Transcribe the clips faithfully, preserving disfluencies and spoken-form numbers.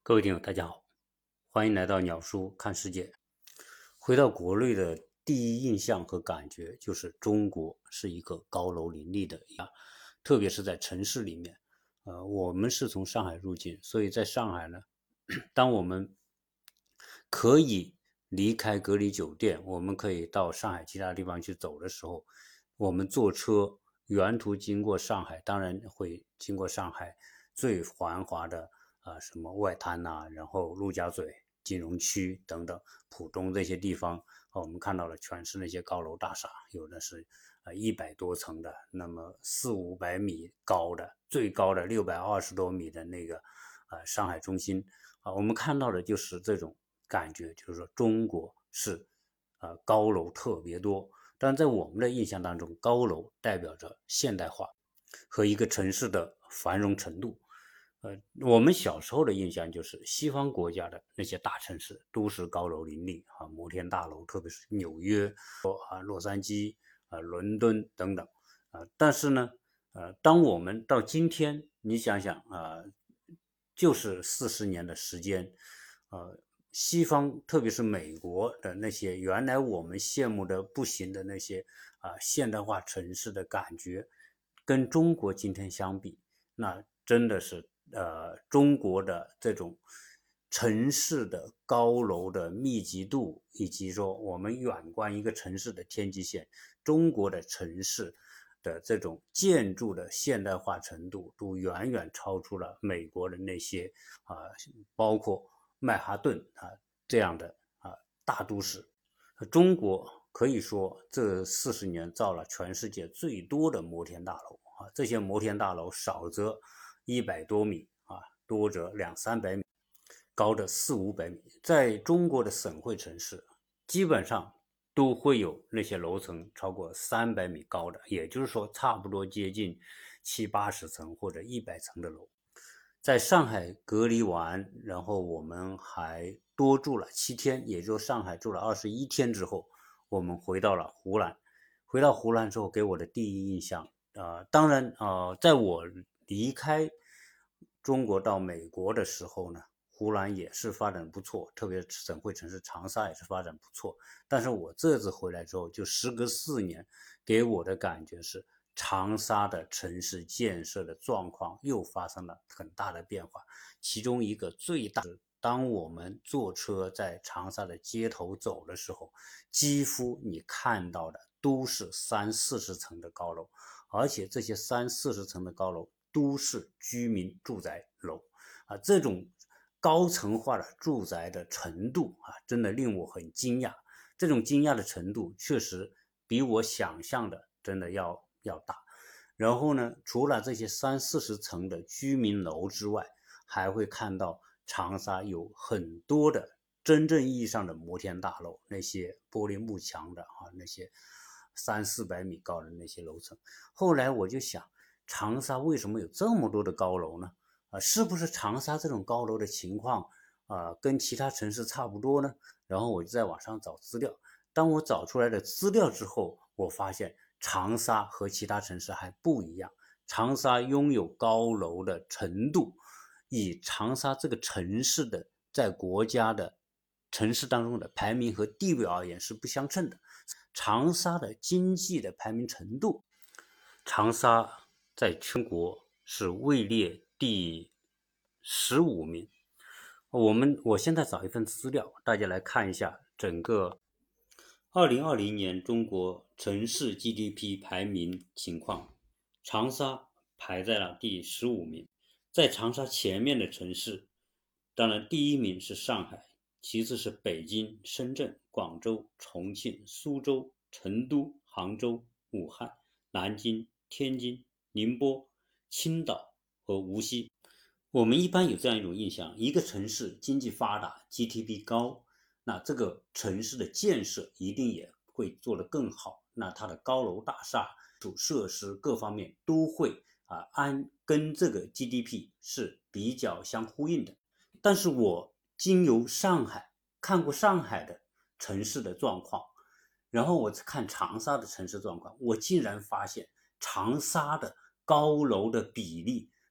各位听友，大家好，欢迎来到鸟叔看世界。回到国内的第一印象和感觉就是中国是一个高楼林立的啊，特别是在城市里面。呃，我们是从上海入境，所以在上海呢，当我们可以离开隔离酒店，我们可以到上海其他地方去走的时候，我们坐车沿途经过上海，当然会经过上海最繁华的啊、呃、什么外滩呐、啊，然后陆家嘴、金融区等等，浦东这些地方，啊、我们看到了全是那些高楼大厦，有的是啊一百多层的，那么四五百米高的，最高的六百二十多米的那个啊、呃、上海中心啊，我们看到的就是这种感觉，就是说中国是啊、呃、高楼特别多。但在我们的印象当中，高楼代表着现代化和一个城市的繁荣程度。呃，我们小时候的印象就是西方国家的那些大城市都是高楼林立啊，摩天大楼，特别是纽约啊、洛杉矶啊、伦敦等等啊。但是呢，呃，当我们到今天，你想想啊，就是四十年的时间，呃，西方特别是美国的那些原来我们羡慕的不行的那些啊、现代化城市的感觉，跟中国今天相比，那真的是呃中国的这种城市的高楼的密集度，以及说我们远观一个城市的天际线，中国的城市的这种建筑的现代化程度，都远远超出了美国的那些啊、呃，包括曼哈顿啊这样的啊大都市。中国可以说这四十年造了全世界最多的摩天大楼啊，这些摩天大楼少则一百多米啊，多则两三百米，高的四五百米。在中国的省会城市，基本上都会有那些楼层超过三百米高的，也就是说差不多接近七八十层或者一百层的楼。在上海隔离完，然后我们还多住了七天，也就上海住了二十一天之后，我们回到了湖南。回到湖南之后，给我的第一印象，呃，当然，呃，在我离开中国到美国的时候呢，湖南也是发展不错，特别省会城市长沙也是发展不错。但是我这次回来之后，就时隔四年，给我的感觉是，长沙的城市建设的状况又发生了很大的变化。其中一个最大的，当我们坐车在长沙的街头走的时候，几乎你看到的都是三四十层的高楼，而且这些三四十层的高楼都是居民住宅楼啊，这种高层化的住宅的程度啊，真的令我很惊讶。这种惊讶的程度确实比我想象的真的要要大。然后呢，除了这些三四十层的居民楼之外，还会看到长沙有很多的真正意义上的摩天大楼，那些玻璃幕墙的啊，那些三四百米高的那些楼层。后来我就想，长沙为什么有这么多的高楼呢？啊，是不是长沙这种高楼的情况啊，跟其他城市差不多呢？然后我就在网上找资料，当我找出来的资料之后，我发现长沙和其他城市还不一样。长沙拥有高楼的程度，以长沙这个城市的在国家的城市当中的排名和地位而言是不相称的。长沙的经济的排名程度，长沙在全国是位列第十五名。我们我现在找一份资料，大家来看一下整个二零二零年中国城市 G D P 排名情况。长沙排在了第十五名，在长沙前面的城市，当然第一名是上海，其次是北京、深圳、广州、重庆、苏州、成都、杭州、武汉、南京、天津、宁波、青岛和无锡。我们一般有这样一种印象，一个城市经济发达 G D P 高，那这个城市的建设一定也会做得更好，那它的高楼大厦设施各方面都会啊按跟这个 G D P 是比较相呼应的。但是我经由上海看过上海的城市的状况，然后我看长沙的城市状况，我竟然发现长沙的高楼的比例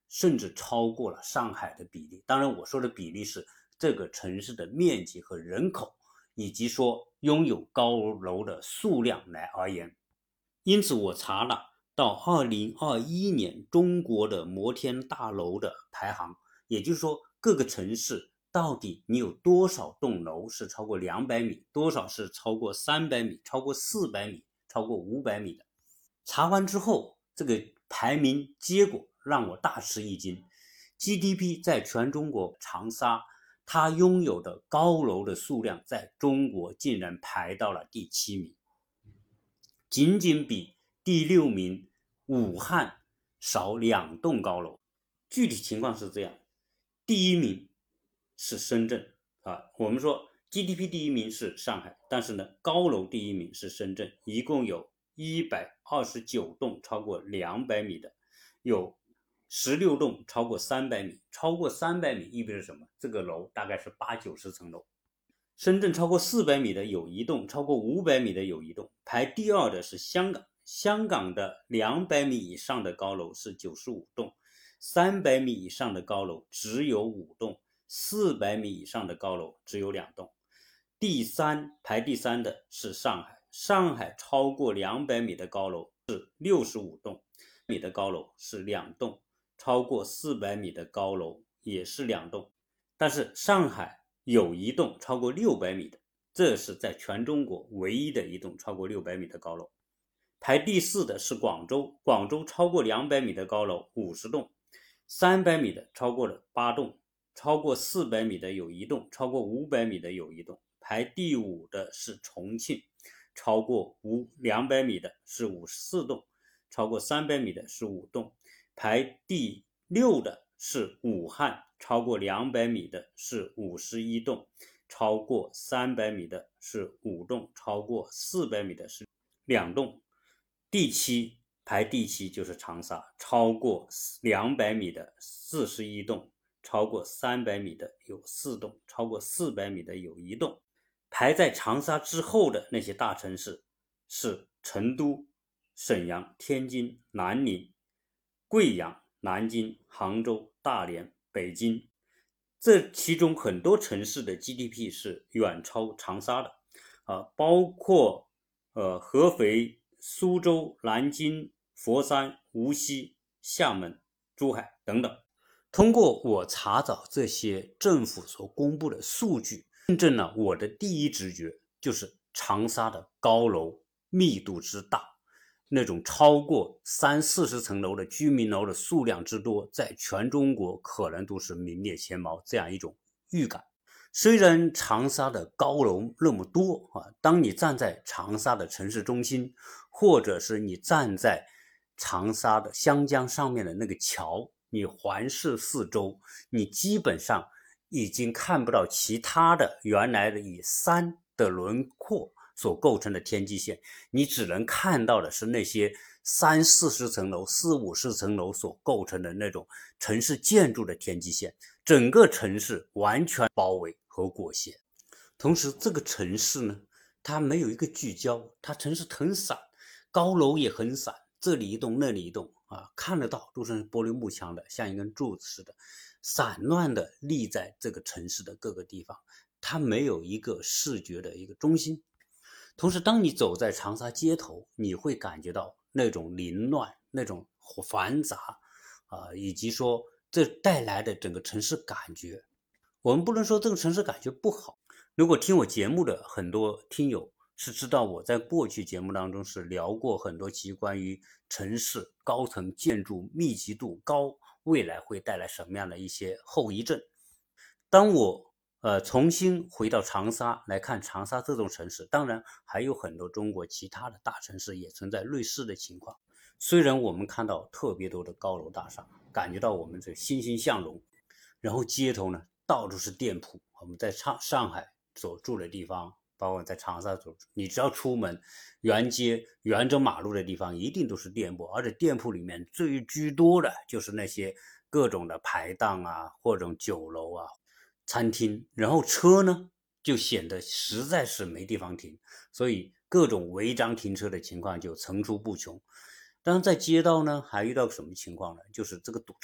甚至超过了上海的比例。当然我说的比例是这个城市的面积和人口，以及说拥有高楼的数量来而言。因此我查了到二零二一年中国的摩天大楼的排行，也就是说各个城市到底你有多少栋楼是超过两百米，多少是超过三百米，超过四百米，超过五百米的。查完之后，这个排名结果让我大吃一惊。 G D P 在全中国长沙，它拥有的高楼的数量在中国竟然排到了第七名，仅仅比第六名武汉少两栋高楼。具体情况是这样，第一名是深圳啊，我们说 G D P 第一名是上海，但是呢，高楼第一名是深圳，一共有一百二十九栋超过两百米的，有十六栋超过三百米，超过三百米意味着什么？这个楼大概是八九十层楼。深圳超过四百米的有一栋，超过五百米的有一栋。排第二的是香港，香港的两百米以上的高楼是九十五栋，三百米以上的高楼只有五栋，四百米以上的高楼只有两栋。第三排第三的是上海，上海超过两百米的高楼是六十五栋，米的高楼是两栋，超过四百米的高楼也是两栋。但是上海有一栋超过六百米的，这是在全中国唯一的一栋超过六百米的高楼。排第四的是广州，广州超过两百米的高楼五十栋，三百米的超过了八栋，超过四百米的有一栋，超过五百米的有一栋。排第五的是重庆，超过两百米的是五十四栋，超过三百米的是五栋。排第六的是武汉，超过两百米的是五十一栋，超过三百米的是五栋，超过四百米的是两栋。第七排第七就是长沙，超过两百米的四十一栋，超过三百米的有四栋，超过四百米的有一栋。排在长沙之后的那些大城市是成都、沈阳、天津、南宁、贵阳、南京、杭州、大连、北京。这其中很多城市的 G D P 是远超长沙的啊，包括呃合肥、苏州、南京、佛山、无锡、厦门、珠海等等。通过我查找这些政府所公布的数据，印证了我的第一直觉，就是长沙的高楼密度之大，那种超过三四十层楼的居民楼的数量之多，在全中国可能都是名列前茅这样一种预感。虽然长沙的高楼那么多啊，当你站在长沙的城市中心，或者是你站在长沙的湘江上面的那个桥，你环视四周，你基本上已经看不到其他的原来的以山的轮廓所构成的天际线，你只能看到的是那些三四十层楼、四五十层楼所构成的那种城市建筑的天际线，整个城市完全包围和裹挟。同时这个城市呢，它没有一个聚焦，它城市很散，高楼也很散，这里一栋那里一栋啊，看得到都是玻璃幕墙的，像一根柱子似的，散乱的立在这个城市的各个地方，它没有一个视觉的一个中心。同时当你走在长沙街头，你会感觉到那种凌乱，那种繁杂啊，以及说这带来的整个城市感觉。我们不能说这个城市感觉不好，如果听我节目的很多听友是知道我在过去节目当中是聊过很多期关于城市高层建筑密集度高未来会带来什么样的一些后遗症。当我呃重新回到长沙来看长沙这种城市，当然还有很多中国其他的大城市也存在类似的情况。虽然我们看到特别多的高楼大厦，感觉到我们这欣欣向荣，然后街头呢到处是店铺，我们在上上海所住的地方，包括在长沙所住，你只要出门，沿街沿着马路的地方一定都是店铺，而且店铺里面最居多的就是那些各种的排档啊，或者酒楼啊、餐厅，然后车呢就显得实在是没地方停，所以各种违章停车的情况就层出不穷。当然在街道呢还遇到什么情况呢，就是这个堵车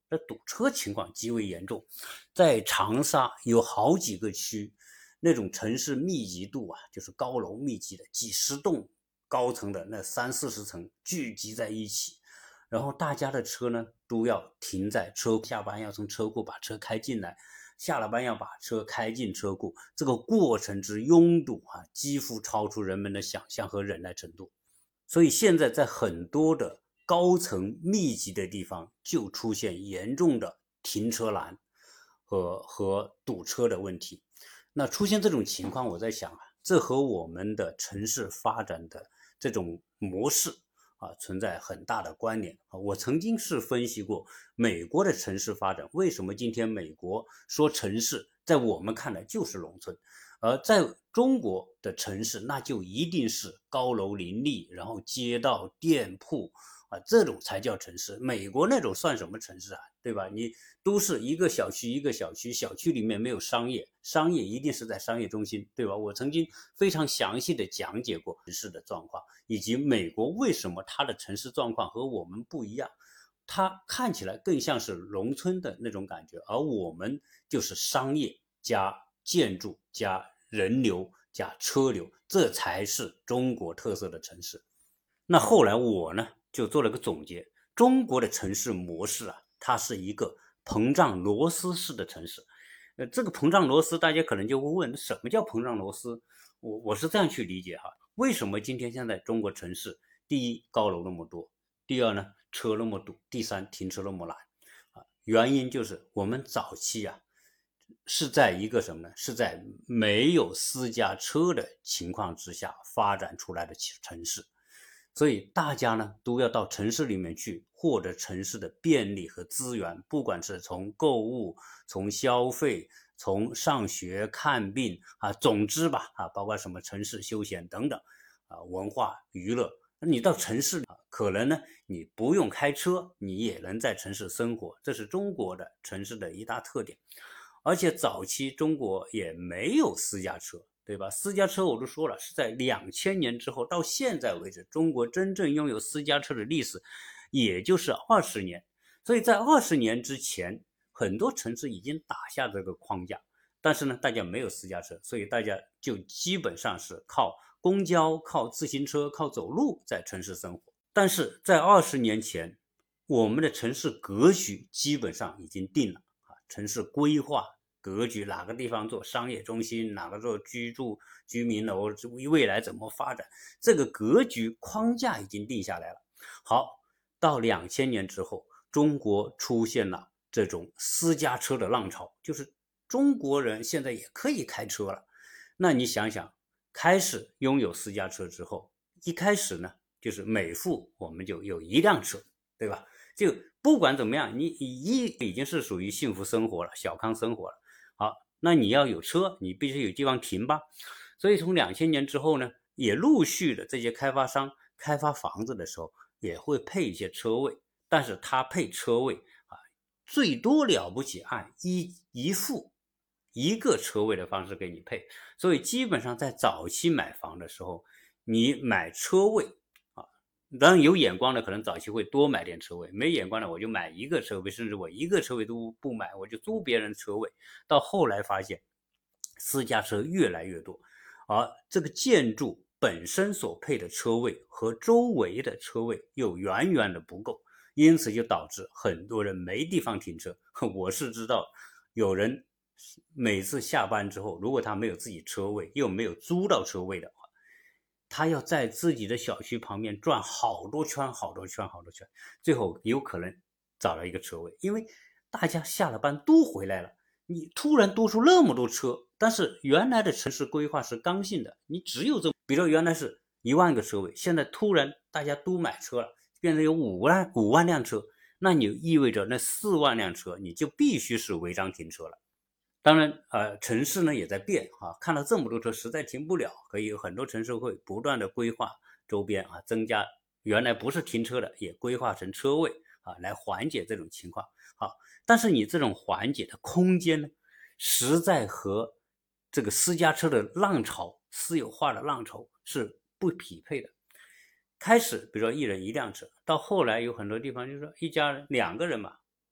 那堵车情况极为严重。在长沙有好几个区，那种城市密集度啊，就是高楼密集的，几十栋高层的那三四十层聚集在一起，然后大家的车呢都要停在车库，下班要从车库把车开进来，下了班要把车开进车库，这个过程之拥堵啊，几乎超出人们的想象和忍耐程度。所以现在在很多的高层密集的地方就出现严重的停车难和和堵车的问题。那出现这种情况，我在想啊，这和我们的城市发展的这种模式啊存在很大的关联啊。我曾经是分析过美国的城市发展，为什么今天美国说城市在我们看来就是农村，而在中国的城市那就一定是高楼林立，然后街道店铺啊，这种才叫城市。美国那种算什么城市啊，对吧？你都是一个小区一个小区，小区里面没有商业，商业一定是在商业中心，对吧？我曾经非常详细的讲解过城市的状况，以及美国为什么它的城市状况和我们不一样，它看起来更像是农村的那种感觉，而我们就是商业加建筑加人流加车流，这才是中国特色的城市。那后来我呢就做了个总结，中国的城市模式啊，它是一个膨胀螺丝式的城市。呃，这个膨胀螺丝大家可能就会问，什么叫膨胀螺丝？我我是这样去理解哈，为什么今天现在中国城市，第一高楼那么多，第二呢车那么堵，第三停车那么难啊？原因就是我们早期啊是在一个什么呢？是在没有私家车的情况之下发展出来的城市。所以大家呢都要到城市里面去获得城市的便利和资源，不管是从购物、从消费、从上学、看病啊，总之吧啊，包括什么城市休闲等等啊，文化娱乐。你到城市啊，可能呢你不用开车，你也能在城市生活，这是中国的城市的一大特点。而且早期中国也没有私家车，对吧？私家车我都说了，是在两千年之后到现在为止，中国真正拥有私家车的历史也就是二十年。所以在二十年之前，很多城市已经打下这个框架，但是呢大家没有私家车，所以大家就基本上是靠公交、靠自行车、靠走路在城市生活。但是在二十年前，我们的城市格局基本上已经定了啊，城市规划格局，哪个地方做商业中心，哪个做居住居民楼，未来怎么发展，这个格局框架已经定下来了。好，到两千年之后，中国出现了这种私家车的浪潮，就是中国人现在也可以开车了。那你想想，开始拥有私家车之后，一开始呢就是每户我们就有一辆车，对吧？就不管怎么样，你一已经是属于幸福生活了，小康生活了。好，那你要有车，你必须有地方停吧。所以从两千年之后呢，也陆续的这些开发商开发房子的时候也会配一些车位，但是他配车位啊，最多了不起按一一户一个车位的方式给你配。所以基本上在早期买房的时候，你买车位啊，当然有眼光的可能早期会多买点车位，没眼光的我就买一个车位，甚至我一个车位都不买，我就租别人的车位。到后来发现私家车越来越多，而这个建筑本身所配的车位和周围的车位又远远的不够，因此就导致很多人没地方停车。我是知道有人每次下班之后，如果他没有自己车位，又没有租到车位的话，他要在自己的小区旁边转好多圈好多圈好多圈，最后有可能找到一个车位。因为大家下了班都回来了，你突然多出那么多车，但是原来的城市规划是刚性的，你只有这么，比如说原来是一万个车位，现在突然大家都买车了，变成有五万五万辆车，那你意味着那四万辆车你就必须是违章停车了。当然呃，城市呢也在变啊，看到这么多车实在停不了，可以有很多城市会不断的规划周边啊，增加原来不是停车的也规划成车位啊，来缓解这种情况。好，但是你这种缓解的空间呢，实在和这个私家车的浪潮、私有化的浪潮是不匹配的。开始比如说一人一辆车，到后来有很多地方就是说一家人两个人嘛，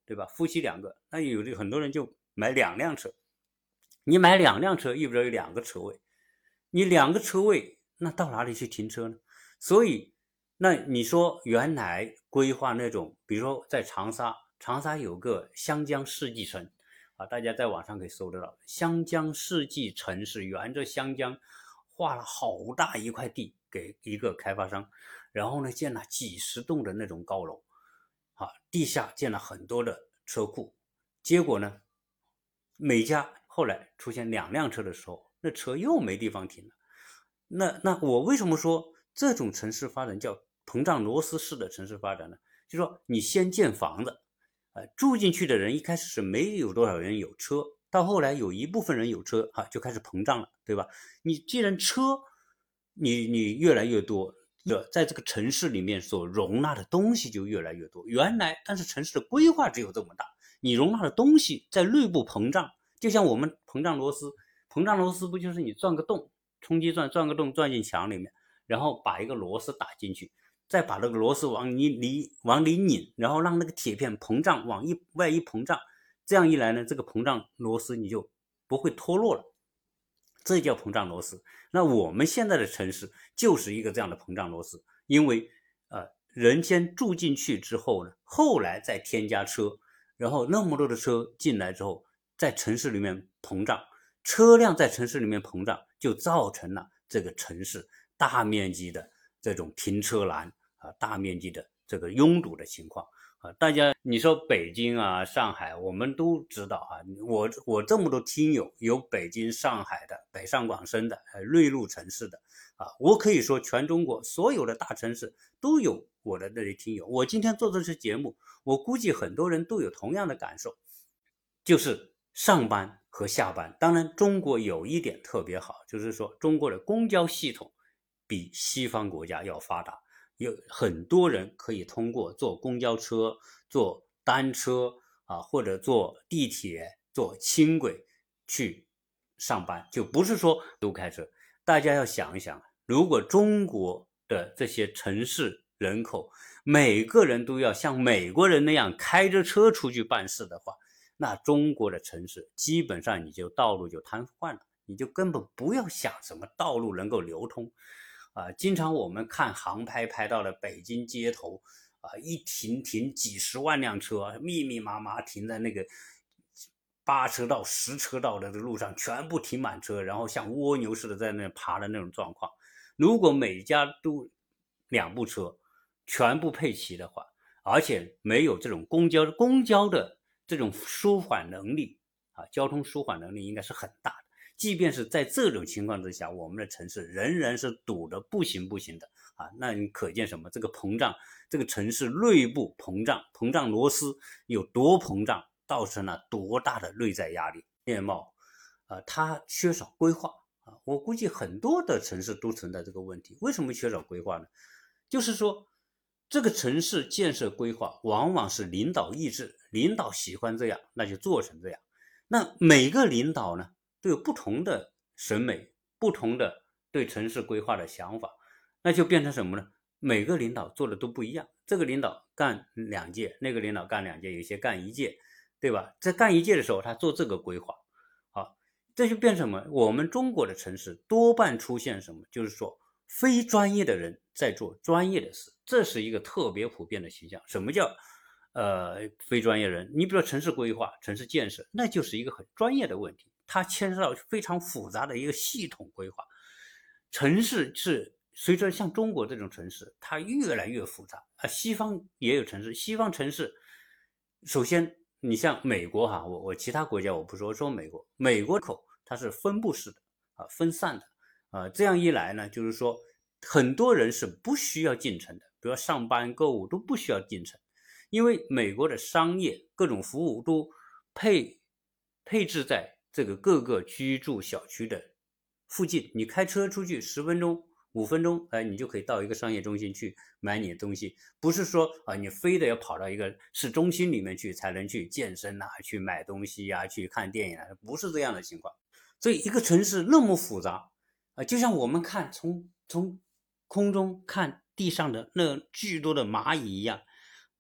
对吧？夫妻两个，那有的很多人就买两辆车，你买两辆车意味着有两个车位，你两个车位，那到哪里去停车呢？所以，那你说原来规划那种，比如说在长沙，长沙有个湘江世纪城啊，大家在网上可以搜得到，湘江世纪城是沿着湘江划了好大一块地给一个开发商，然后呢建了几十栋的那种高楼，啊，地下建了很多的车库，结果呢，每家后来出现两辆车的时候，那车又没地方停了。那那我为什么说这种城市发展叫膨胀螺丝式的城市发展呢？就说你先建房子，呃，住进去的人一开始是没有多少人有车，到后来有一部分人有车，啊，就开始膨胀了，对吧？你既然车，你你越来越多，在这个城市里面所容纳的东西就越来越多。原来，但是城市的规划只有这么大，你容纳的东西在内部膨胀，就像我们膨胀螺丝，膨胀螺丝不就是你钻个洞，冲击钻钻个洞钻进墙里面，然后把一个螺丝打进去，再把那个螺丝往里里往里拧，然后让那个铁片膨胀，往一外一膨胀，这样一来呢，这个膨胀螺丝你就不会脱落了，这叫膨胀螺丝。那我们现在的城市就是一个这样的膨胀螺丝，因为呃人先住进去之后呢，后来再添加车，然后那么多的车进来之后，在城市里面膨胀，车辆在城市里面膨胀，就造成了这个城市大面积的这种停车难啊，大面积的这个拥堵的情况啊。大家你说北京啊、上海，我们都知道啊，我我这么多听友，有北京、上海的、北上广深的、呃内陆城市的啊，我可以说全中国所有的大城市都有我的那些听友。我今天做这期节目，我估计很多人都有同样的感受，就是上班和下班。当然中国有一点特别好，就是说中国的公交系统比西方国家要发达，有很多人可以通过坐公交车、坐单车啊，或者坐地铁、坐轻轨去上班，就不是说都开车。大家要想一想，如果中国的这些城市人口每个人都要像美国人那样开着车出去办事的话，那中国的城市基本上你就道路就瘫痪了，你就根本不要想什么道路能够流通啊。经常我们看航拍拍到了北京街头啊，一停停几十万辆车，密密麻麻停在那个八车道、十车道的路上，全部停满车，然后像蜗牛似的在那爬的那种状况。如果每家都两部车，全部配齐的话，而且没有这种公交公交的这种舒缓能力啊，交通舒缓能力应该是很大的。即便是在这种情况之下，我们的城市仍然是堵得不行不行的啊！那你可见什么？这个膨胀，这个城市内部膨胀，膨胀螺丝有多膨胀，造成了多大的内在压力面貌啊！它缺少规划啊！我估计很多的城市都存在这个问题。为什么缺少规划呢？就是说，这个城市建设规划往往是领导意志，领导喜欢这样，那就做成这样。那每个领导呢，都有不同的审美，不同的对城市规划的想法，那就变成什么呢？每个领导做的都不一样，这个领导干两届，那个领导干两届，有些干一届，对吧？在干一届的时候，他做这个规划，好，这就变成什么？我们中国的城市多半出现什么？就是说，非专业的人在做专业的事，这是一个特别普遍的现象。什么叫呃非专业人？你比如说城市规划、城市建设，那就是一个很专业的问题，它牵涉到非常复杂的一个系统规划。城市是随着像中国这种城市，它越来越复杂啊。西方也有城市，西方城市首先你像美国哈，我我其他国家我不说，说美国，美国口它是分布式的啊，分散的。啊，这样一来呢，就是说很多人是不需要进城的，比如上班、购物都不需要进城，因为美国的商业各种服务都配配置在这个各个居住小区的附近，你开车出去十分钟、五分钟，哎，你就可以到一个商业中心去买你的东西，不是说啊，你非得要跑到一个市中心里面去才能去健身啊、去买东西啊、去看电影啊，不是这样的情况。所以一个城市那么复杂。啊，就像我们看从从空中看地上的那巨多的蚂蚁一样，对吧？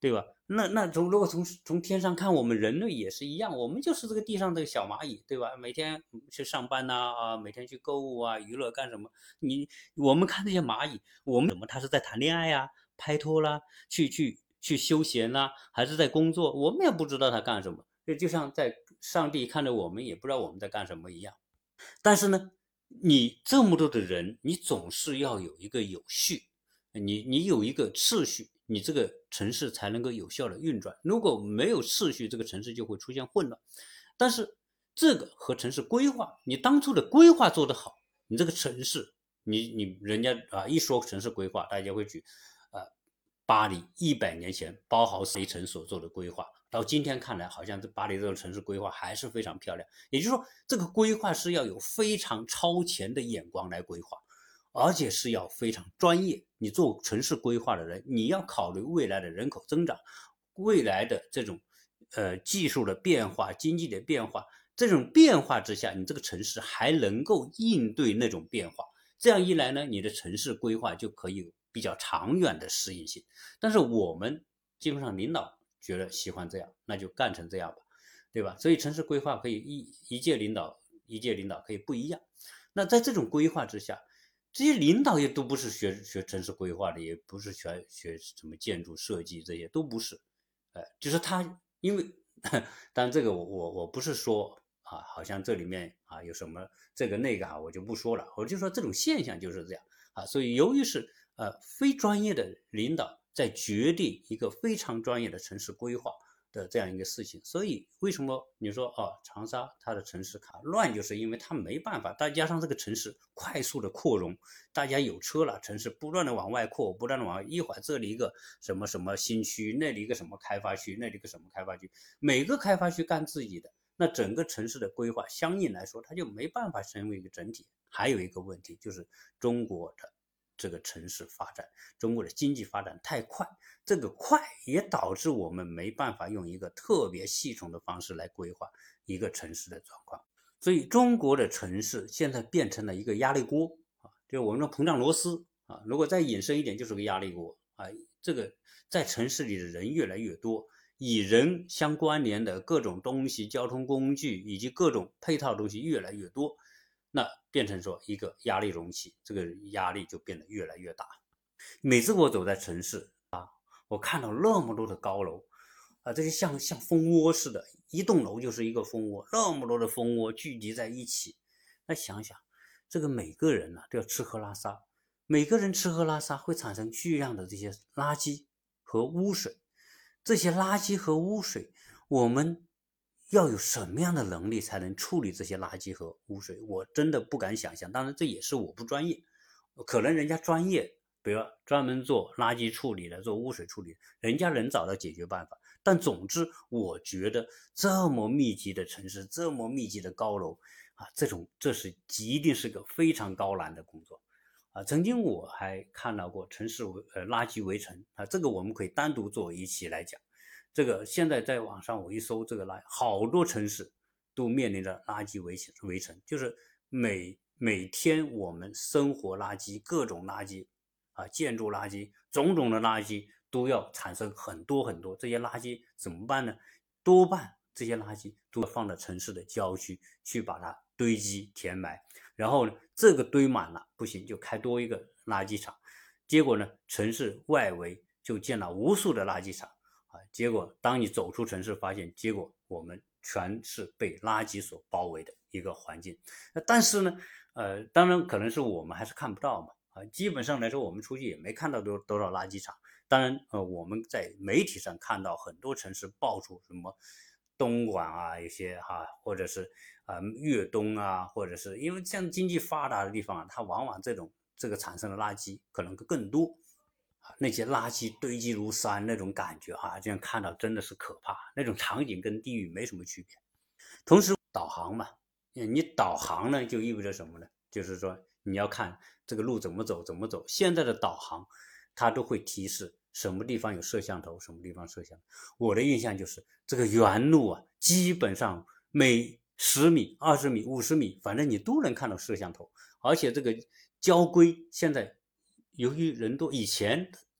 那那从如果从从天上看，我们人类也是一样，我们就是这个地上的小蚂蚁，对吧？每天去上班呐、啊，啊，每天去购物啊，娱乐干什么？你我们看这些蚂蚁，我们怎么他是在谈恋爱呀、拍拖啦，去去去休闲啦，还是在工作？我们也不知道他干什么，就就像在上帝看着我们，也不知道我们在干什么一样。但是呢，你这么多的人，你总是要有一个有序，你你有一个次序，你这个城市才能够有效的运转。如果没有次序，这个城市就会出现混乱。但是这个和城市规划，你当初的规划做得好，你这个城市，你你人家啊一说城市规划，大家会举，呃，巴黎一百年前包豪斯围城所做的规划，到今天看来，好像这巴黎这个城市规划还是非常漂亮。也就是说，这个规划是要有非常超前的眼光来规划，而且是要非常专业。你做城市规划的人，你要考虑未来的人口增长，未来的这种呃技术的变化、经济的变化，这种变化之下，你这个城市还能够应对那种变化。这样一来呢，你的城市规划就可以有比较长远的适应性。但是我们基本上领导觉得喜欢这样，那就干成这样吧，对吧？所以城市规划可以一一届领导一届领导可以不一样。那在这种规划之下，这些领导也都不是学学城市规划的，也不是学学什么建筑设计，这些都不是。呃，就是他，因为，当然这个我我我不是说啊，好像这里面啊有什么这个那个啊，我就不说了，我就说这种现象就是这样啊。所以由于是呃非专业的领导在决定一个非常专业的城市规划的这样一个事情，所以为什么你说哦，长沙它的城市卡乱，就是因为它没办法，再加上这个城市快速的扩容，大家有车了，城市不断的往外扩，不断的往外，一会儿这里一个什么什么新区，那里一个什么开发区，那里一个什么开发区，每个开发区干自己的，那整个城市的规划相应来说，它就没办法成为一个整体。还有一个问题就是中国的这个城市发展，中国的经济发展太快，这个快也导致我们没办法用一个特别系统的方式来规划一个城市的状况。所以中国的城市现在变成了一个压力锅啊，就我们说膨胀螺丝啊，如果再引申一点，就是个压力锅啊。这个在城市里的人越来越多，以人相关联的各种东西、交通工具以及各种配套东西越来越多，那变成说一个压力容器，这个压力就变得越来越大。每次我走在城市啊，我看到那么多的高楼啊，这些像像蜂窝似的，一栋楼就是一个蜂窝，那么多的蜂窝聚集在一起。那想想，这个每个人呢、啊、都要吃喝拉撒，每个人吃喝拉撒会产生巨量的这些垃圾和污水，这些垃圾和污水，我们要有什么样的能力才能处理这些垃圾和污水？我真的不敢想象。当然，这也是我不专业，可能人家专业，比如专门做垃圾处理的、做污水处理的，人家能找到解决办法。但总之，我觉得这么密集的城市，这么密集的高楼啊，这种这是一定是个非常高难的工作啊。曾经我还看到过城市呃垃圾围城啊，这个我们可以单独做一期来讲。这个现在在网上我一搜这个垃，好多城市都面临着垃圾围围城，就是每每天我们生活垃圾、各种垃圾啊、建筑垃圾、种种的垃圾都要产生很多很多。这些垃圾怎么办呢？多半这些垃圾都要放到城市的郊区去把它堆积填埋，然后呢，这个堆满了不行，就开多一个垃圾场，结果呢，城市外围就建了无数的垃圾场。啊，结果当你走出城市，发现结果我们全是被垃圾所包围的一个环境。但是呢，呃，当然可能是我们还是看不到嘛，啊，基本上来说，我们出去也没看到多多少垃圾场。当然，呃，我们在媒体上看到很多城市爆出什么东莞啊，一些哈、啊，或者是啊、呃、粤东啊，或者是因为像经济发达的地方啊，它往往这种这个产生的垃圾可能更多。那些垃圾堆积如山那种感觉哈、啊，这样看到真的是可怕，那种场景跟地狱没什么区别。同时导航嘛，你导航呢就意味着什么呢？就是说你要看这个路怎么走怎么走。现在的导航它都会提示什么地方有摄像头，什么地方摄像头。我的印象就是这个原路啊，基本上每十米、二十米、五十米，反正你都能看到摄像头。而且这个交规现在由于人多，以前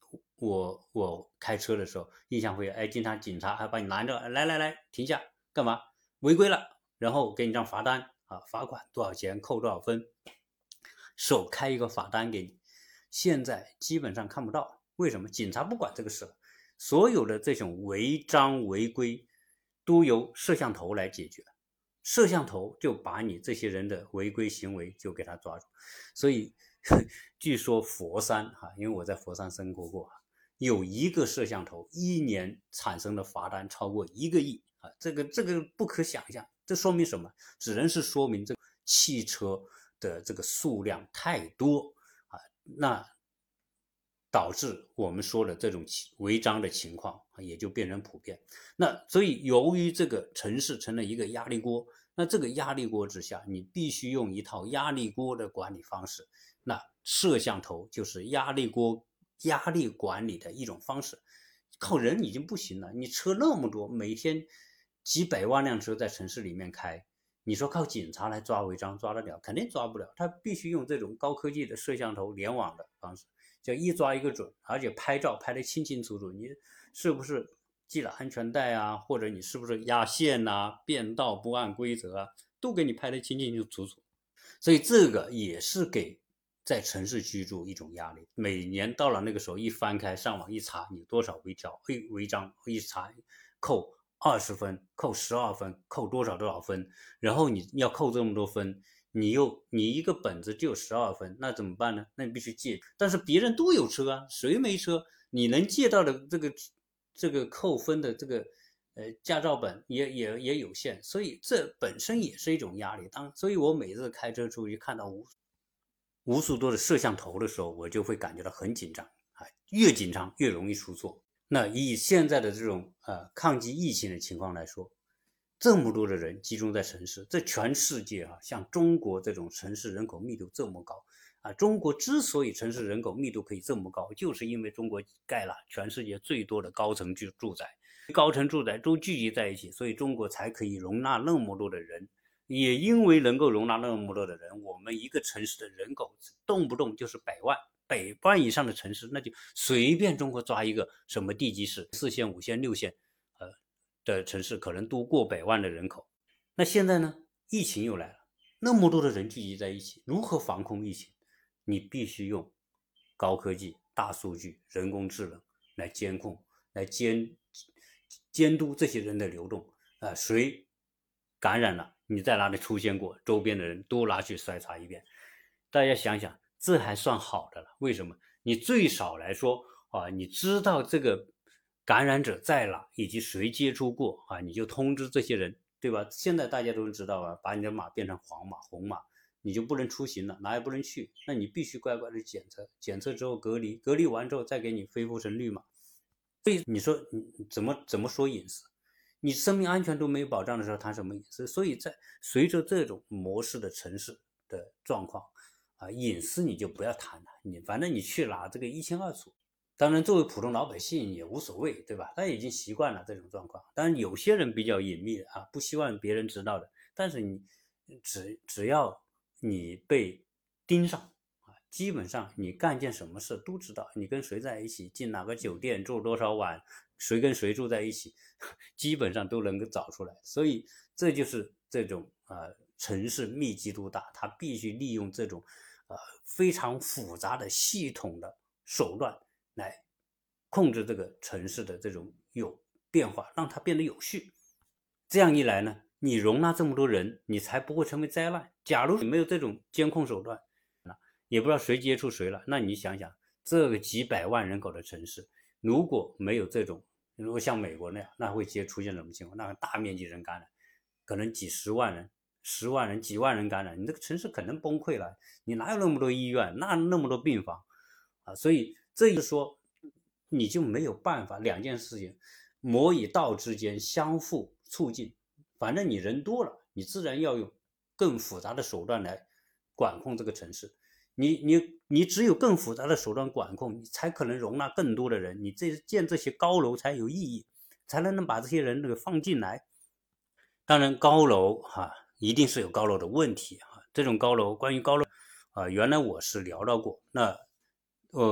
我我开车的时候印象会，哎，经常警察还把你拦着，来来来，停下，干嘛？违规了，然后给你张罚单啊，罚款多少钱，扣多少分，手开一个罚单给你。现在基本上看不到，为什么？警察不管这个事了，所有的这种违章违规都由摄像头来解决，摄像头就把你这些人的违规行为就给他抓住。所以据说佛山哈，因为我在佛山生活过，有一个摄像头一年产生的罚单超过一个亿啊，这个这个不可想象。这说明什么？只能是说明这个汽车的这个数量太多啊，那导致我们说的这种违章的情况也就变成普遍。那所以由于这个城市成了一个压力锅，那这个压力锅之下，你必须用一套压力锅的管理方式。那摄像头就是压力锅压力管理的一种方式。靠人已经不行了，你车那么多，每天几百万辆车在城市里面开，你说靠警察来抓违章抓得了？肯定抓不了，他必须用这种高科技的摄像头联网的方式，就一抓一个准，而且拍照拍得清清楚楚，你是不是系了安全带啊，或者你是不是压线啊，变道不按规则啊，都给你拍得清清楚楚。所以这个也是给在城市居住一种压力。每年到了那个时候，一翻开上网一查，你多少违条违章，一查扣二十分，扣十二分，扣多少多少分，然后你要扣这么多分，你又你一个本子就有十二分，那怎么办呢？那你必须借，但是别人都有车啊，谁没车？你能借到的这个这个扣分的这个呃驾照本也也也有限，所以这本身也是一种压力。当所以我每次开车出去看到无无数多的摄像头的时候，我就会感觉到很紧张啊，越紧张越容易出错。那以现在的这种呃抗击疫情的情况来说，这么多的人集中在城市，这全世界啊，像中国这种城市人口密度这么高啊，中国之所以城市人口密度可以这么高，就是因为中国盖了全世界最多的高层住住宅，高层住宅都聚集在一起，所以中国才可以容纳那么多的人。也因为能够容纳那么多的人，我们一个城市的人口动不动就是百万。百万以上的城市，那就随便中国抓一个什么地级市，四线、五线、六线，呃的城市，可能都过百万的人口。那现在呢，疫情又来了，那么多的人聚集在一起，如何防控疫情？你必须用高科技、大数据、人工智能来监控、来监监督这些人的流动啊、呃，谁感染了，你在哪里出现过，周边的人都拿去筛查一遍。大家想想，这还算好的了。为什么？你最少来说啊，你知道这个感染者在哪，以及谁接触过啊，你就通知这些人，对吧？现在大家都知道了，把你的码变成黄码、红码，你就不能出行了，哪也不能去，那你必须乖乖的检测，检测之后隔离，隔离完之后再给你恢复成绿码。所以你说你怎么怎么说隐私？你生命安全都没有保障的时候，谈什么隐私？所以在随着这种模式的城市的状况啊，隐私你就不要谈了，你反正你去哪这个一清二楚。当然，作为普通老百姓也无所谓，对吧？他已经习惯了这种状况。当然，有些人比较隐秘的啊，不希望别人知道的。但是你只只要你被盯上啊，基本上你干件什么事都知道，你跟谁在一起，进哪个酒店，住多少晚，谁跟谁住在一起，基本上都能够找出来。所以这就是这种呃城市密集度大，它必须利用这种呃非常复杂的系统的手段来控制这个城市的这种有变化，让它变得有序。这样一来呢，你容纳这么多人，你才不会成为灾难。假如你没有这种监控手段，也不知道谁接触谁了，那你想想，这个几百万人口的城市，如果没有这种，如果像美国那样，那会接出现什么情况？那大面积人感染，可能几十万人、十万人、几万人感染，你这个城市可能崩溃了。你哪有那么多医院，哪有那么多病房啊？所以这就是说，你就没有办法，两件事情，魔与道之间相互促进。反正你人多了，你自然要用更复杂的手段来管控这个城市。你你你只有更复杂的手段管控，你才可能容纳更多的人，你这建这些高楼才有意义，才能把这些人给放进来。当然，高楼哈、啊、一定是有高楼的问题啊。这种高楼，关于高楼啊、呃，原来我是聊到过。那呃，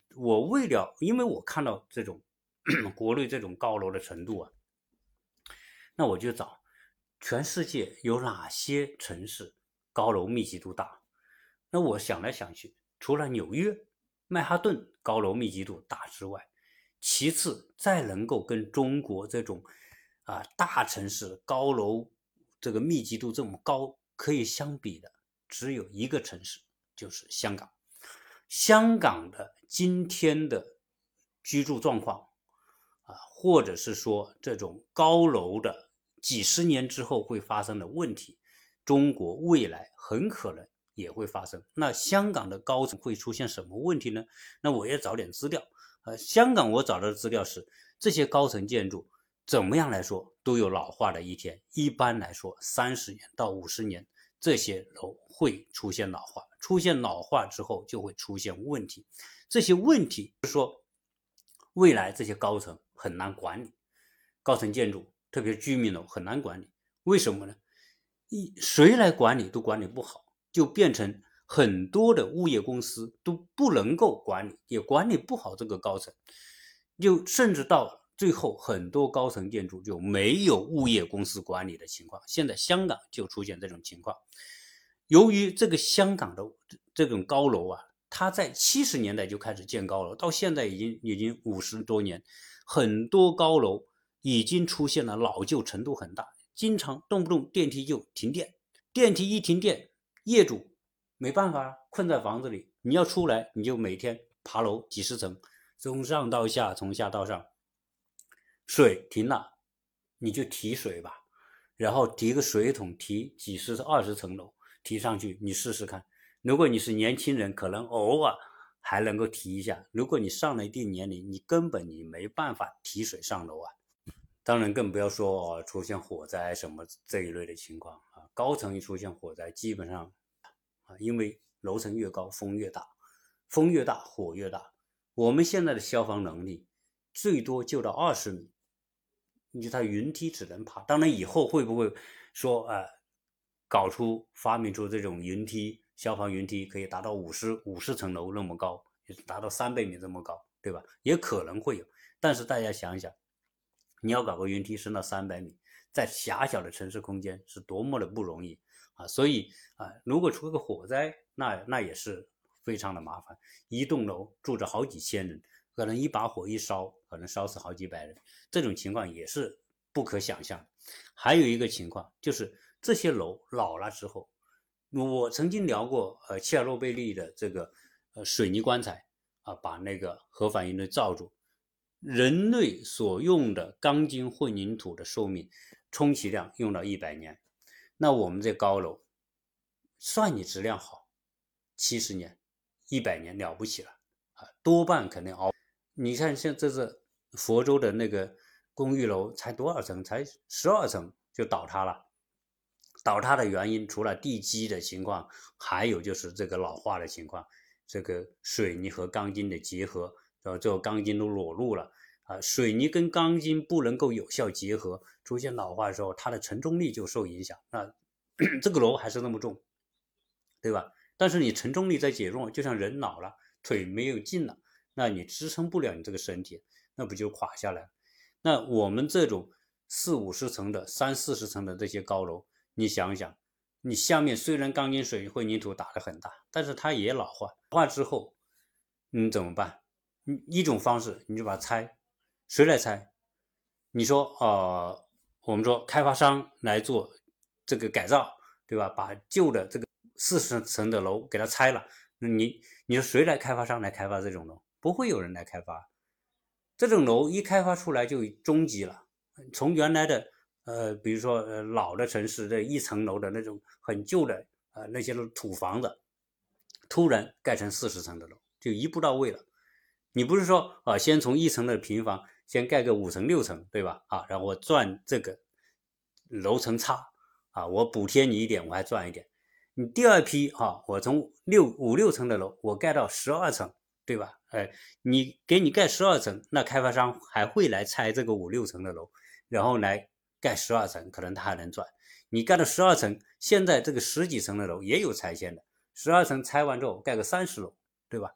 我为了，因为我看到这种国内这种高楼的程度啊，那我就找全世界有哪些城市高楼密集度大。那我想来想去，除了纽约、曼哈顿高楼密集度大之外，其次再能够跟中国这种啊大城市高楼这个密集度这么高可以相比的，只有一个城市，就是香港。香港的今天的居住状况啊，或者是说这种高楼的几十年之后会发生的问题，中国未来很可能也会发生。那香港的高层会出现什么问题呢？那我也找点资料。呃，香港我找到的资料是，这些高层建筑怎么样来说都有老化的一天，一般来说三十年到五十年，这些楼会出现老化，出现老化之后就会出现问题。这些问题就是说，未来这些高层很难管理，高层建筑特别是居民楼很难管理。为什么呢？一谁来管理都管理不好，就变成很多的物业公司都不能够管理，也管理不好这个高层，就甚至到最后很多高层建筑就没有物业公司管理的情况。现在香港就出现这种情况。由于这个香港的这种高楼啊，它在七十年代就开始建高楼，到现在已经已经五十多年，很多高楼已经出现了老旧程度很大，经常动不动电梯就停电，电梯一停电，业主没办法，困在房子里，你要出来你就每天爬楼几十层，从上到下，从下到上，水停了你就提水吧，然后提个水桶提几十二十层楼提上去，你试试看。如果你是年轻人，可能偶尔还能够提一下，如果你上了一定年龄，你根本你没办法提水上楼啊。当然更不要说、哦、出现火灾什么这一类的情况啊。高层一出现火灾，基本上啊，因为楼层越高风越大，风越大火越大。我们现在的消防能力最多就到二十米，你它云梯只能爬。当然以后会不会说呃搞出发明出这种云梯，消防云梯可以达到五十五十层楼那么高，达到三百米这么高，对吧？也可能会有。但是大家想一想，你要搞个云梯升到三百米，在狭小的城市空间是多么的不容易啊！所以啊，如果出个火灾，那那也是非常的麻烦。一栋楼住着好几千人，可能一把火一烧，可能烧死好几百人，这种情况也是不可想象。还有一个情况就是这些楼老了之后，我曾经聊过呃切尔诺贝利的这个呃水泥棺材啊，把那个核反应堆罩住。人类所用的钢筋混凝土的寿命充其量用到一百年，那我们这高楼算你质量好，七十年一百年了不起了啊，多半肯定熬。你看像这是佛州的那个公寓楼才多少层，才十二层就倒塌了。倒塌的原因除了地基的情况，还有就是这个老化的情况，这个水泥和钢筋的结合，然后最后钢筋都裸露了啊，水泥跟钢筋不能够有效结合，出现老化的时候，它的承重力就受影响。那这个楼还是那么重，对吧？但是你承重力在减弱，就像人老了，腿没有劲了，那你支撑不了你这个身体，那不就垮下来了？那我们这种四五十层的、三四十层的这些高楼，你想想，你下面虽然钢筋水混凝土打得很大，但是它也老化，老化之后，你怎么办？一种方式你就把它拆，谁来拆？你说呃，我们说开发商来做这个改造，对吧？把旧的这个四十层的楼给它拆了，那你你说谁来开发商来开发这种楼？不会有人来开发。这种楼一开发出来就终极了，从原来的呃，比如说呃老的城市的一层楼的那种很旧的呃那些土房子，突然盖成四十层的楼，就一步到位了。你不是说啊，先从一层的平房先盖个五层六层，对吧？啊，然后我赚这个楼层差啊，我补贴你一点，我还赚一点。你第二批啊，我从六五六层的楼，我盖到十二层，对吧？哎，你给你盖十二层，那开发商还会来拆这个五六层的楼，然后来盖十二层，可能他还能赚。你盖到十二层，现在这个十几层的楼也有拆迁的，十二层拆完之后盖个三十楼，对吧？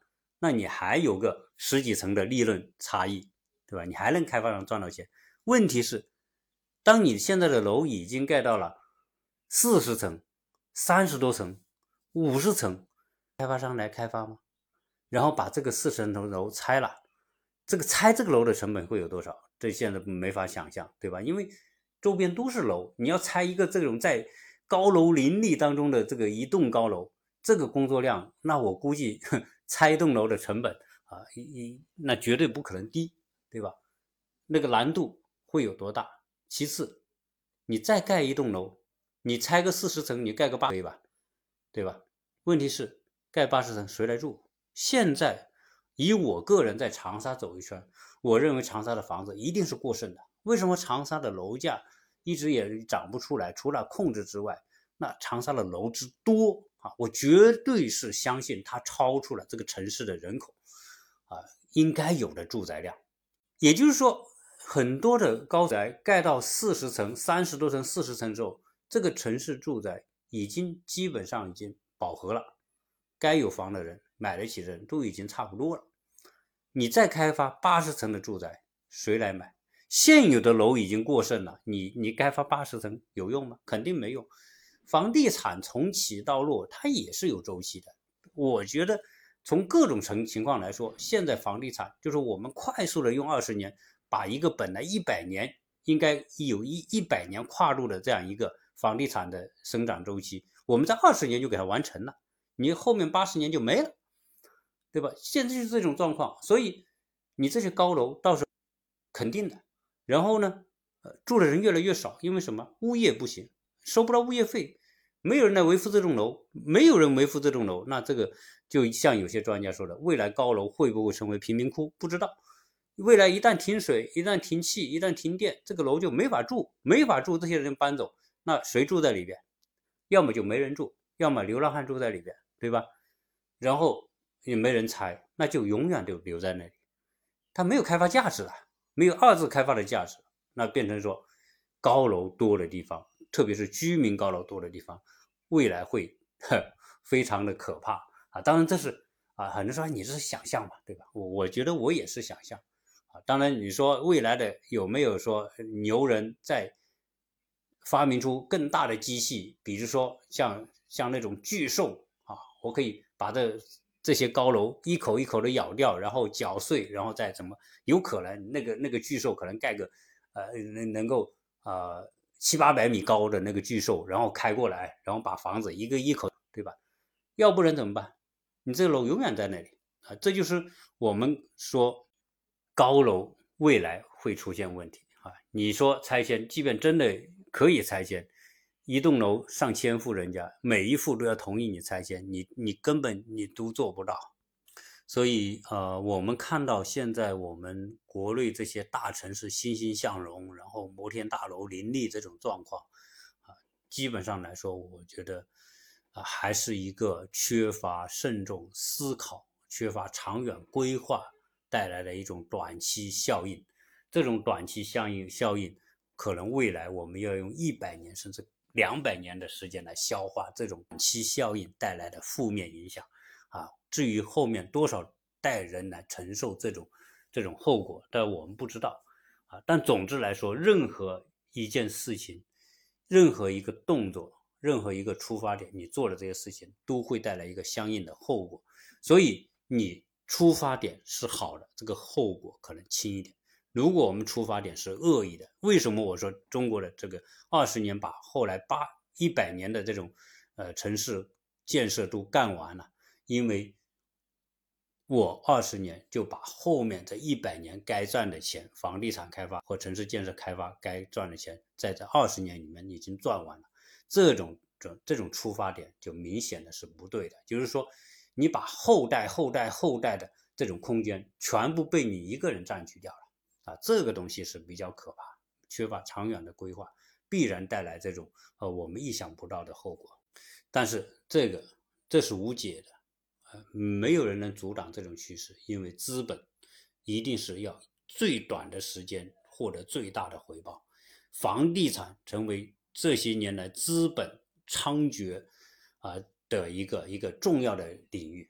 那你还有个十几层的利润差异，对吧？你还能开发商赚到钱。问题是，当你现在的楼已经盖到了四十层、三十多层、五十层，开发商来开发吗？然后把这个四十层楼拆了，这个拆这个楼的成本会有多少？这现在没法想象，对吧？因为周边都是楼，你要拆一个这种在高楼林立当中的这个一栋高楼，这个工作量，那我估计拆一栋楼的成本啊，一那绝对不可能低，对吧？那个难度会有多大？其次，你再盖一栋楼，你拆个四十层，你盖个八可以吧？对吧？问题是盖八十层谁来住？现在以我个人在长沙走一圈，我认为长沙的房子一定是过剩的。为什么长沙的楼价一直也涨不出来？除了控制之外，那长沙的楼之多啊，我绝对是相信它超出了这个城市的人口啊应该有的住宅量。也就是说，很多的高宅盖到四十层、三十多层、四十层之后，这个城市住宅已经基本上已经饱和了，该有房的人买得起的人都已经差不多了。你再开发八十层的住宅，谁来买？现有的楼已经过剩了，你你开发八十层有用吗？肯定没用。房地产从起到落，它也是有周期的。我觉得从各种情况来说，现在房地产就是我们快速的用二十年把一个本来一百年应该有一一百年跨度的这样一个房地产的生长周期，我们在二十年就给它完成了，你后面八十年就没了，对吧？现在就是这种状况，所以你这些高楼到时候肯定的。然后呢，呃，住的人越来越少，因为什么？物业不行，收不到物业费，没有人来维护这栋楼，没有人维护这栋楼，那这个就像有些专家说的，未来高楼会不会成为贫民窟？不知道。未来一旦停水，一旦停气，一旦停电，这个楼就没法住，没法住，这些人搬走，那谁住在里边？要么就没人住，要么流浪汉住在里边，对吧？然后也没人拆，那就永远就留在那里，它没有开发价值了，没有二次开发的价值，那变成说高楼多的地方，特别是居民高楼多的地方，未来会非常的可怕啊！当然这是啊，很多人说你这是想象嘛，对吧？我我觉得我也是想象啊。当然你说未来的有没有说牛人在发明出更大的机器，比如说像像那种巨兽啊，我可以把这这些高楼一口一口的咬掉，然后搅碎，然后再怎么有可能那个那个巨兽可能盖个呃能能够呃七八百米高的那个巨兽，然后开过来，然后把房子一个一口，对吧？要不然怎么办？你这个楼永远在那里啊，这就是我们说高楼未来会出现问题啊。你说拆迁，即便真的可以拆迁，一栋楼上千户人家，每一户都要同意你拆迁，你你根本你都做不到。所以呃，我们看到现在我们国内这些大城市欣欣向荣，然后摩天大楼林立这种状况啊，基本上来说，我觉得啊，还是一个缺乏慎重思考、缺乏长远规划带来的一种短期效应。这种短期效应效应，可能未来我们要用一百年甚至两百年的时间来消化这种短期效应带来的负面影响啊。至于后面多少代人来承受这种这种后果，但我们不知道啊。但总之来说，任何一件事情，任何一个动作，任何一个出发点，你做的这些事情都会带来一个相应的后果。所以你出发点是好的，这个后果可能轻一点。如果我们出发点是恶意的，为什么我说中国的这个二十年把后来八一百年的这种呃城市建设都干完了？因为我二十年就把后面这一百年该赚的钱，房地产开发和城市建设开发该赚的钱，在这二十年里面已经赚完了。这种这这种出发点就明显的是不对的，就是说你把后代后代后代的这种空间全部被你一个人占据掉了啊，这个东西是比较可怕，缺乏长远的规划，必然带来这种呃我们意想不到的后果。但是这个这是无解的。没有人能阻挡这种趋势，因为资本一定是要最短的时间获得最大的回报。房地产成为这些年来资本猖獗啊的一个一个重要的领域啊，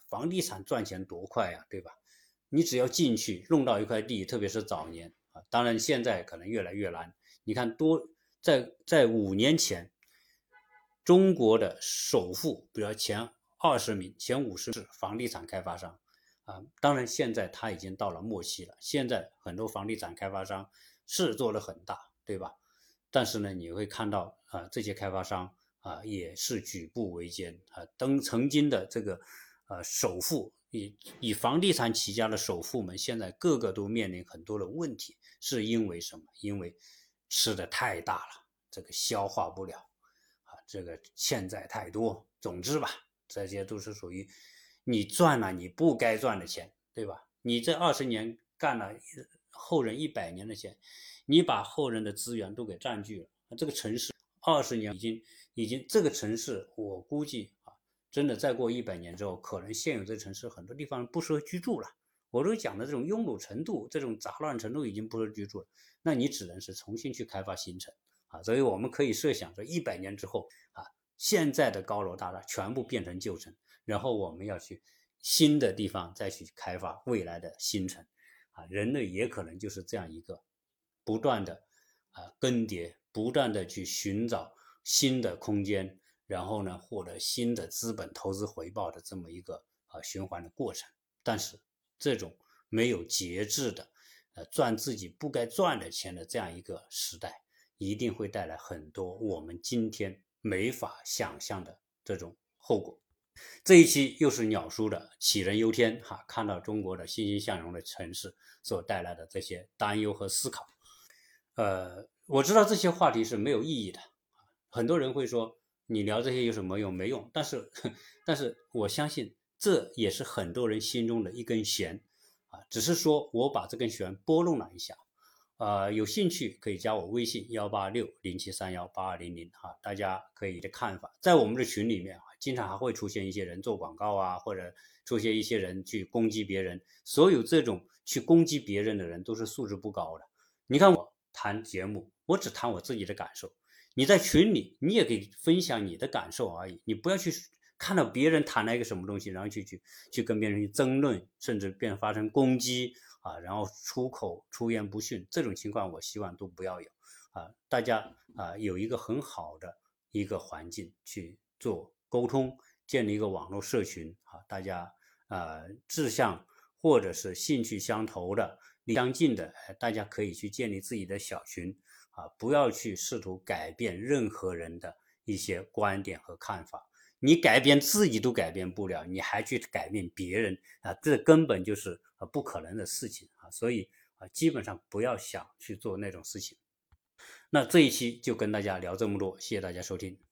房地产赚钱多快呀，对吧？你只要进去弄到一块地，特别是早年啊，当然现在可能越来越难。你看多在在五年前，中国的首富，比如前二十名、前五十是房地产开发商啊，当然现在他已经到了末期了。现在很多房地产开发商是做得很大，对吧？但是呢，你会看到啊，这些开发商啊也是举步维艰啊。当曾经的这个呃首富，以以房地产起家的首富们，现在个个都面临很多的问题，是因为什么？因为吃的太大了，这个消化不了啊，这个欠债太多。总之吧，这些都是属于你赚了你不该赚的钱，对吧？你这二十年干了后人一百年的钱，你把后人的资源都给占据了。这个城市二十年已经已经这个城市，我估计啊，真的再过一百年之后，可能现有这城市很多地方不适合居住了。我都讲的这种拥堵程度，这种杂乱程度已经不适合居住了，那你只能是重新去开发新城啊。所以我们可以设想，说一百年之后啊，现在的高楼大厦全部变成旧城，然后我们要去新的地方再去开发未来的新城啊。人类也可能就是这样一个不断的啊更迭，不断的去寻找新的空间，然后呢获得新的资本投资回报的这么一个啊循环的过程。但是这种没有节制的呃赚自己不该赚的钱的这样一个时代，一定会带来很多我们今天没法想象的这种后果。这一期又是鸟叔的杞人忧天哈，看到中国的欣欣向荣的城市所带来的这些担忧和思考。呃，我知道这些话题是没有意义的，很多人会说你聊这些有什么用？没用。但是，但是我相信这也是很多人心中的一根弦啊，只是说我把这根弦拨弄了一下。呃，有兴趣可以加我微信幺八六零七三幺八二零零哈，大家可以的看法，在我们的群里面啊，经常还会出现一些人做广告啊，或者出现一些人去攻击别人。所有这种去攻击别人的人都是素质不高的。你看我谈节目，我只谈我自己的感受。你在群里，你也可以分享你的感受而已，你不要去看到别人谈了一个什么东西，然后去去去跟别人去争论，甚至变发生攻击啊，然后出口出言不逊，这种情况我希望都不要有啊。大家啊有一个很好的一个环境去做沟通，建立一个网络社群啊，大家啊志向或者是兴趣相投的、相近的，大家可以去建立自己的小群。啊，不要去试图改变任何人的一些观点和看法，你改变自己都改变不了，你还去改变别人啊，这根本就是不可能的事情啊！所以啊，基本上不要想去做那种事情。那这一期就跟大家聊这么多，谢谢大家收听。